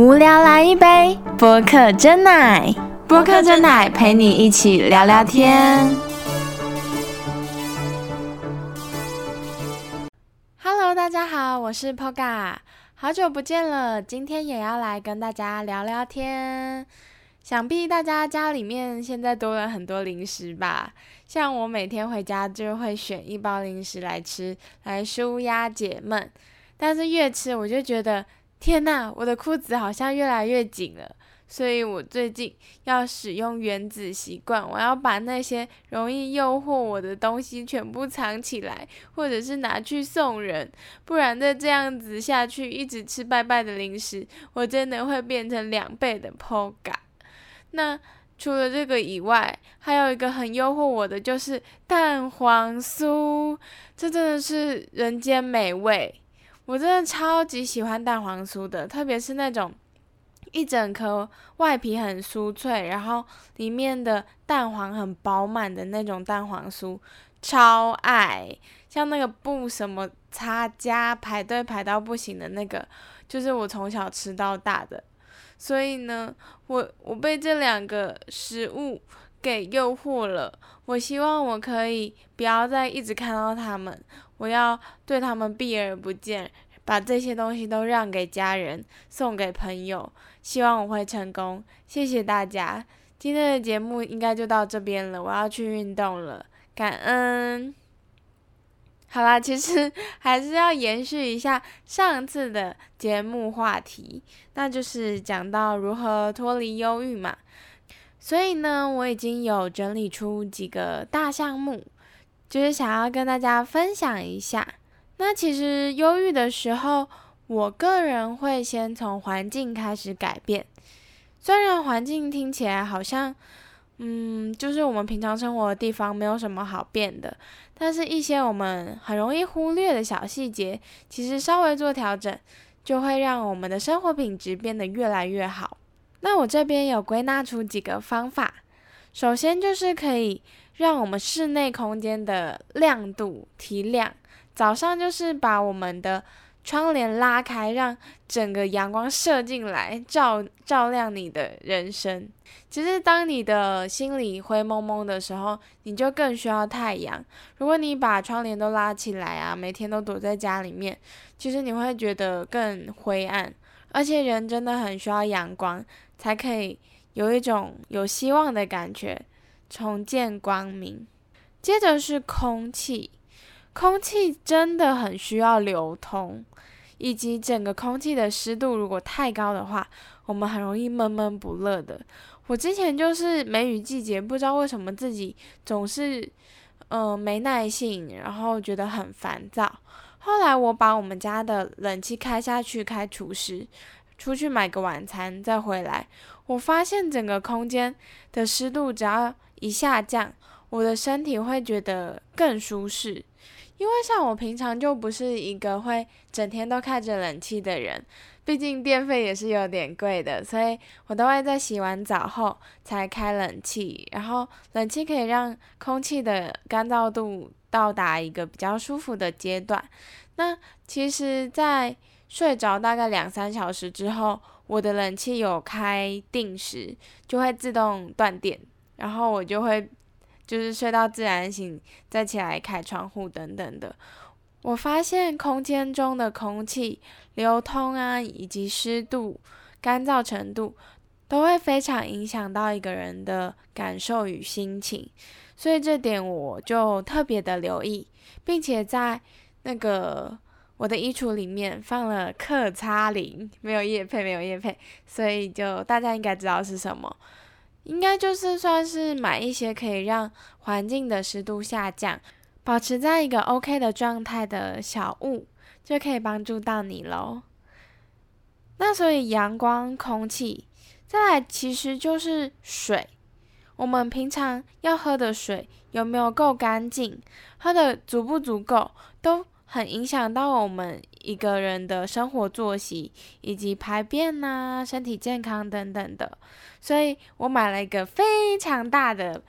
无聊来一杯播客真奶，播客真奶陪你一起聊聊天。Hello， 大家好，我是 Poga， 好久不见了，今天也要来跟大家聊聊天。想必大家家里面现在多了很多零食吧？像我每天回家就会选一包零食来吃，来抒压解闷。但是越吃我就觉得，天哪，我的裤子好像越来越紧了。所以我最近要使用原子习惯，我要把那些容易诱惑我的东西全部藏起来，或者是拿去送人，不然再这样子下去，一直吃拜拜的零食，我真的会变成2倍的 Poga。那除了这个以外，还有一个很诱惑我的就是蛋黄酥，这真的是人间美味。我真的超级喜欢蛋黄酥的，特别是那种一整颗外皮很酥脆，然后里面的蛋黄很饱满的那种蛋黄酥，超爱。像那个不什么擦家排队排到不行的那个，就是我从小吃到大的。所以呢，我被这2个食物给诱惑了。我希望我可以不要再一直看到它们，我要对它们避而不见，把这些东西都让给家人，送给朋友。希望我会成功，谢谢大家。今天的节目应该就到这边了，我要去运动了，感恩。好啦，其实还是要延续一下上次的节目话题，那就是讲到如何脱离忧郁嘛。所以呢，我已经有整理出几个大项目，就是想要跟大家分享一下。那其实忧郁的时候，我个人会先从环境开始改变。虽然环境听起来好像就是我们平常生活的地方没有什么好变的，但是一些我们很容易忽略的小细节，其实稍微做调整，就会让我们的生活品质变得越来越好。那我这边有归纳出几个方法，首先就是可以让我们室内空间的亮度提亮，早上就是把我们的窗帘拉开，让整个阳光射进来，照亮你的人生。其实当你的心里灰蒙蒙的时候，你就更需要太阳。如果你把窗帘都拉起来啊，每天都躲在家里面，其实你会觉得更灰暗。而且人真的很需要阳光，才可以有一种有希望的感觉，重见光明。接着是空气，空气真的很需要流通，以及整个空气的湿度如果太高的话，我们很容易闷闷不乐的。我之前就是梅雨季节，不知道为什么自己总是没耐性，然后觉得很烦躁。后来我把我们家的冷气开下去，开除湿，出去买个晚餐再回来，我发现整个空间的湿度只要一下降，我的身体会觉得更舒适。因为像我平常就不是一个会整天都开着冷气的人，毕竟电费也是有点贵的，所以我都会在洗完澡后才开冷气，然后冷气可以让空气的干燥度到达一个比较舒服的阶段。那其实在睡着大概2-3小时之后，我的冷气有开定时，就会自动断电，然后我就会就是睡到自然醒，再起来开窗户等等的。我发现空间中的空气流通啊，以及湿度、干燥程度，都会非常影响到一个人的感受与心情。所以这点我就特别的留意，并且在那个我的衣橱里面放了克擦灵，没有业配，所以就大家应该知道是什么。应该就是算是买一些可以让环境的湿度下降，保持在一个 OK 的状态的小物，就可以帮助到你咯。那所以阳光、空气，再来其实就是水。我们平常要喝的水有没有够干净，喝的足不足够，都很影响到我们一个人的生活作息，以及排便啊、身体健康等等的。所以我买了一个非常大的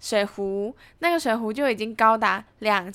水壶，那个水壶就已经高达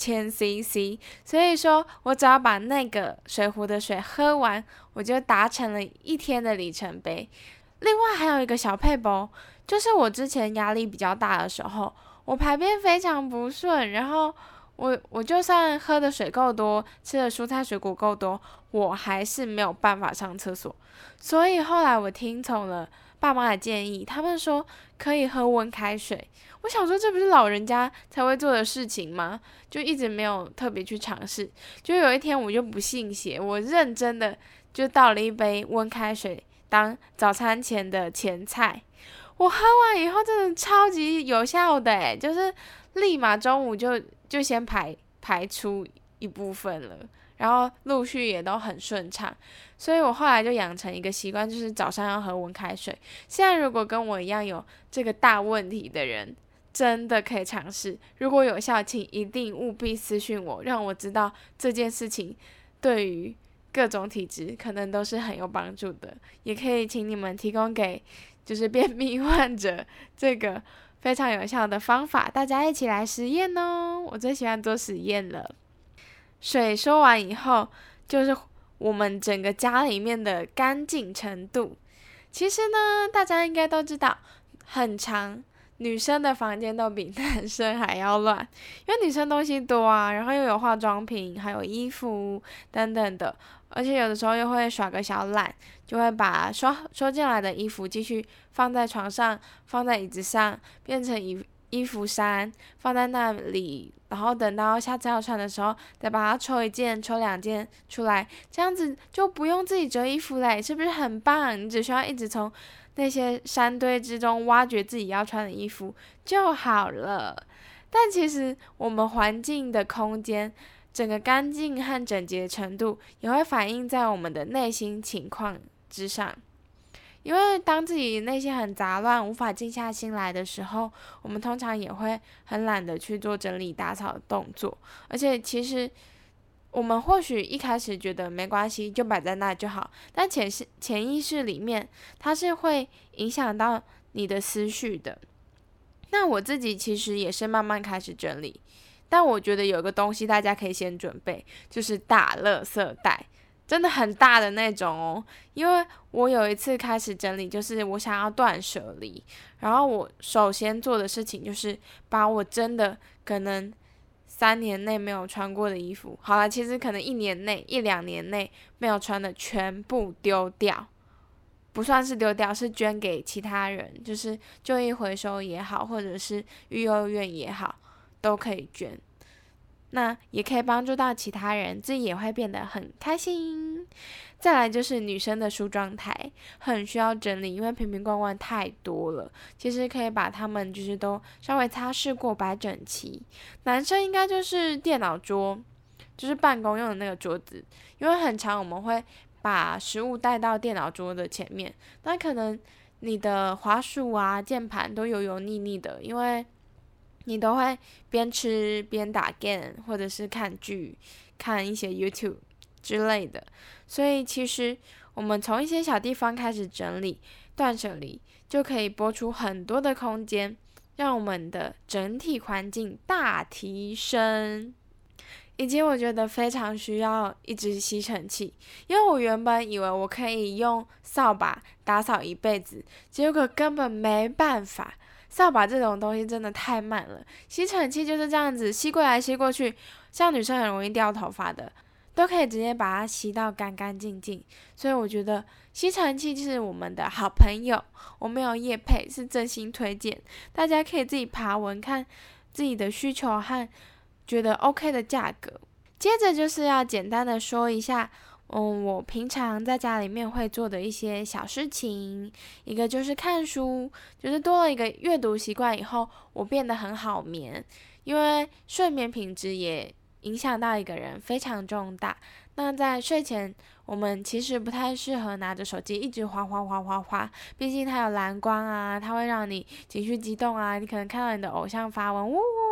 2000cc，所以说我只要把那个水壶的水喝完，我就达成了一天的里程碑。另外还有一个小撇步，就是我之前压力比较大的时候，我排便非常不顺，然后我就算喝的水够多，吃的蔬菜水果够多，我还是没有办法上厕所。所以后来我听从了爸妈的建议，他们说可以喝温开水。我想说这不是老人家才会做的事情吗？就一直没有特别去尝试。就有一天我就不信邪，我认真的就倒了一杯温开水当早餐前的前菜。我喝完以后真的超级有效的诶，就是立马中午就先排出一部分了，然后陆续也都很顺畅，所以我后来就养成一个习惯，就是早上要喝温开水。现在如果跟我一样有这个大问题的人，真的可以尝试，如果有效，请一定务必私讯我，让我知道这件事情对于各种体质可能都是很有帮助的，也可以请你们提供给就是便秘患者这个非常有效的方法，大家一起来实验哦！我最喜欢做实验了。水说完以后，就是我们整个家里面的干净程度。其实呢，大家应该都知道，很长，女生的房间都比男生还要乱，因为女生东西多啊，然后又有化妆品，还有衣服等等的，而且有的时候又会耍个小懒，就会把收进来的衣服继续放在床上，放在椅子上，变成衣服山放在那里，然后等到下次要穿的时候，再把它抽一件、抽2件出来，这样子就不用自己折衣服嘞，是不是很棒？你只需要一直从那些山堆之中挖掘自己要穿的衣服就好了。但其实我们环境的空间，整个干净和整洁程度，也会反映在我们的内心情况之上。因为当自己内心很杂乱，无法静下心来的时候，我们通常也会很懒得去做整理打扫的动作。而且其实我们或许一开始觉得没关系，就摆在那就好，但潜意识里面它是会影响到你的思绪的。那我自己其实也是慢慢开始整理，但我觉得有个东西大家可以先准备，就是大垃圾袋。真的很大的那种哦，因为我有一次开始整理，就是我想要断舍离，然后我首先做的事情就是把我真的可能3年内没有穿过的衣服，好啦，其实可能1年内、1-2年内没有穿的全部丢掉，不算是丢掉，是捐给其他人，就是旧衣回收也好，或者是育幼院也好，都可以捐。那也可以帮助到其他人，自己也会变得很开心。再来就是女生的梳妆台，很需要整理，因为瓶瓶罐罐太多了。其实可以把它们就是都稍微擦拭过，摆整齐。男生应该就是电脑桌，就是办公用的那个桌子，因为很常我们会把食物带到电脑桌的前面，那可能你的滑鼠啊、键盘都油油腻腻的，因为你都会边吃边打 game， 或者是看剧、看一些 YouTube 之类的。所以其实我们从一些小地方开始整理、断舍离，就可以拨出很多的空间，让我们的整体环境大提升。以及我觉得非常需要一支吸尘器，因为我原本以为我可以用扫把打扫一辈子，结果根本没办法。扫把这种东西真的太慢了，吸尘器就是这样子吸过来吸过去，像女生很容易掉头发的，都可以直接把它吸到干干净净。所以我觉得吸尘器就是我们的好朋友，我没有业配，是真心推荐，大家可以自己爬文看自己的需求和觉得 OK 的价格。接着就是要简单的说一下我平常在家里面会做的一些小事情，一个就是看书，就是多了一个阅读习惯以后，我变得很好眠，因为睡眠品质也影响到一个人非常重大。那在睡前，我们其实不太适合拿着手机一直滑滑滑滑滑，毕竟它有蓝光啊，它会让你情绪激动啊，你可能看到你的偶像发文，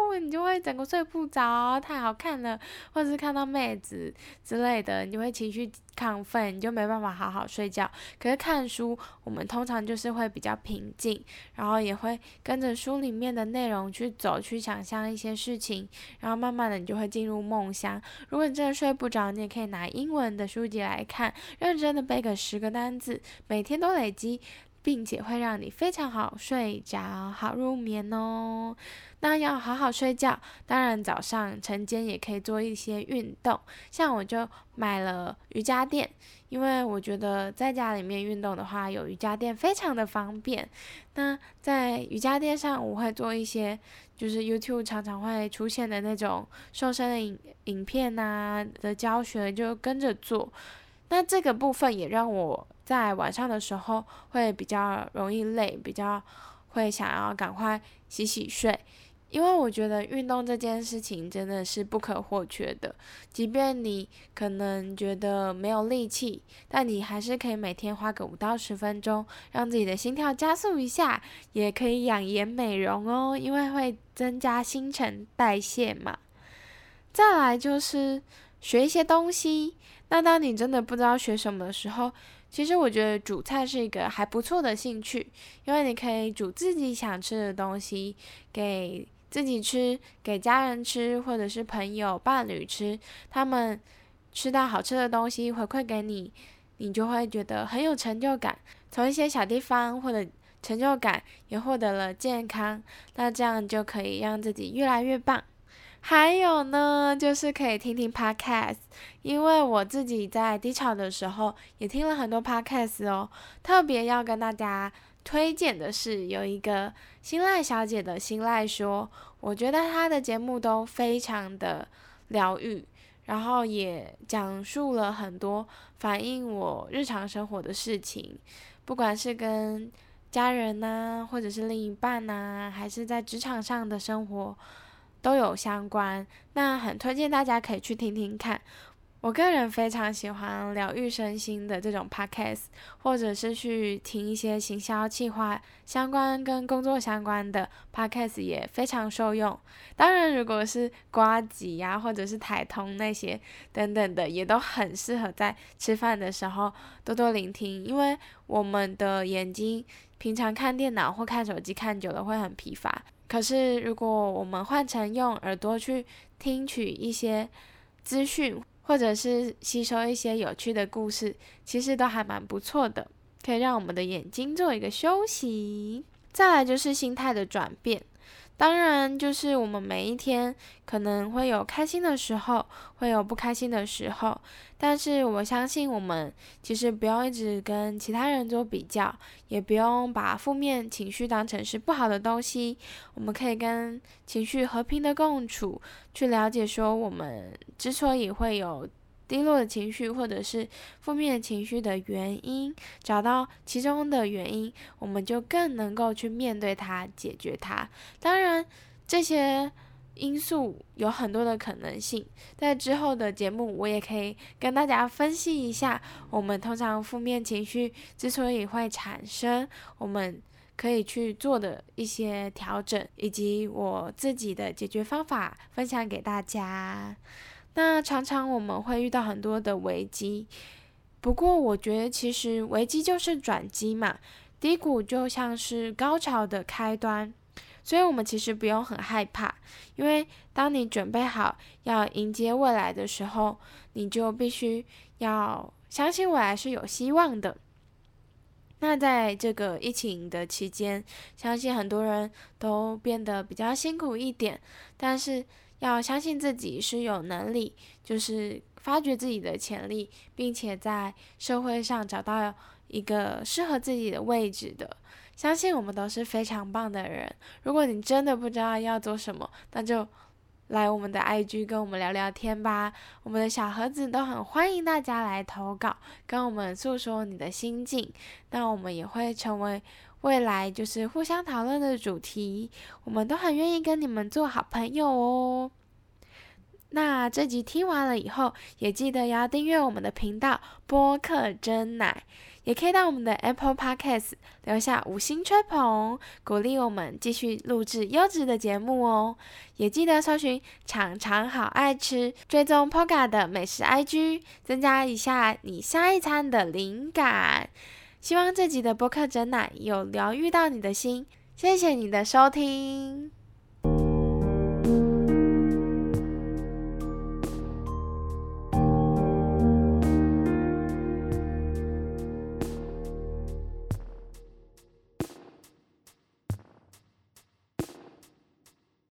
你就会整个睡不着，太好看了，或者是看到妹子之类的，你就会情绪亢奋，你就没办法好好睡觉。可是看书，我们通常就是会比较平静，然后也会跟着书里面的内容去走，去想象一些事情，然后慢慢的你就会进入梦乡。如果你真的睡不着，你也可以拿英文的书籍来看，认真的背个10个单字，每天都累积，并且会让你非常好睡着，好入眠哦。那要好好睡觉，当然早上晨间也可以做一些运动，像我就买了瑜伽垫，因为我觉得在家里面运动的话，有瑜伽垫非常的方便。那在瑜伽垫上，我会做一些就是 YouTube 常常会出现的那种瘦身的影片啊的教学，就跟着做。那这个部分也让我在晚上的时候会比较容易累，比较会想要赶快洗洗睡，因为我觉得运动这件事情真的是不可或缺的。即便你可能觉得没有力气，但你还是可以每天花个5到10分钟，让自己的心跳加速一下，也可以养颜美容哦，因为会增加新陈代谢嘛。再来就是学一些东西，那当你真的不知道学什么的时候，其实我觉得煮菜是一个还不错的兴趣，因为你可以煮自己想吃的东西，给自己吃，给家人吃，或者是朋友、伴侣吃，他们吃到好吃的东西回馈给你，你就会觉得很有成就感，从一些小地方或者成就感也获得了健康，那这样就可以让自己越来越棒。还有呢，就是可以听听 podcast， 因为我自己在低潮的时候也听了很多 podcast 哦。特别要跟大家推荐的是，有一个新赖小姐的新赖说，我觉得她的节目都非常的疗愈，然后也讲述了很多反映我日常生活的事情，不管是跟家人啊，或者是另一半啊，还是在职场上的生活，都有相关，那很推荐大家可以去听听看。我个人非常喜欢疗愈身心的这种 podcast， 或者是去听一些行销企划相关跟工作相关的 podcast 也非常受用。当然如果是呱吉啊，或者是台通那些等等的，也都很适合在吃饭的时候多多聆听，因为我们的眼睛平常看电脑或看手机看久了会很疲乏，可是如果我们换成用耳朵去听取一些资讯，或者是吸收一些有趣的故事，其实都还蛮不错的，可以让我们的眼睛做一个休息。再来就是心态的转变，当然就是我们每一天可能会有开心的时候，会有不开心的时候，但是我相信我们其实不用一直跟其他人做比较，也不用把负面情绪当成是不好的东西，我们可以跟情绪和平的共处，去了解说我们之所以会有低落的情绪或者是负面的情绪的原因，找到其中的原因，我们就更能够去面对它，解决它。当然这些因素有很多的可能性，在之后的节目我也可以跟大家分析一下，我们通常负面情绪之所以会产生，我们可以去做的一些调整，以及我自己的解决方法分享给大家。那常常我们会遇到很多的危机，不过我觉得其实危机就是转机嘛，低谷就像是高潮的开端，所以我们其实不用很害怕，因为当你准备好要迎接未来的时候，你就必须要相信未来是有希望的。那在这个疫情的期间，相信很多人都变得比较辛苦一点，但是要相信自己是有能力，就是发掘自己的潜力，并且在社会上找到一个适合自己的位置的。相信我们都是非常棒的人。如果你真的不知道要做什么，那就来我们的 IG 跟我们聊聊天吧。我们的小盒子都很欢迎大家来投稿，跟我们诉说你的心境。那我们也会成为未来就是互相讨论的主题，我们都很愿意跟你们做好朋友哦。那这集听完了以后，也记得要订阅我们的频道播客真奶， 也可以到我们的 Apple Podcast 留下5星吹捧，鼓励我们继续录制优质的节目哦。也记得搜寻常常好爱吃，追踪 Poga 的美食 IG， 增加一下你下一餐的灵感。希望这集的播客整奶有疗愈到你的心，谢谢你的收听。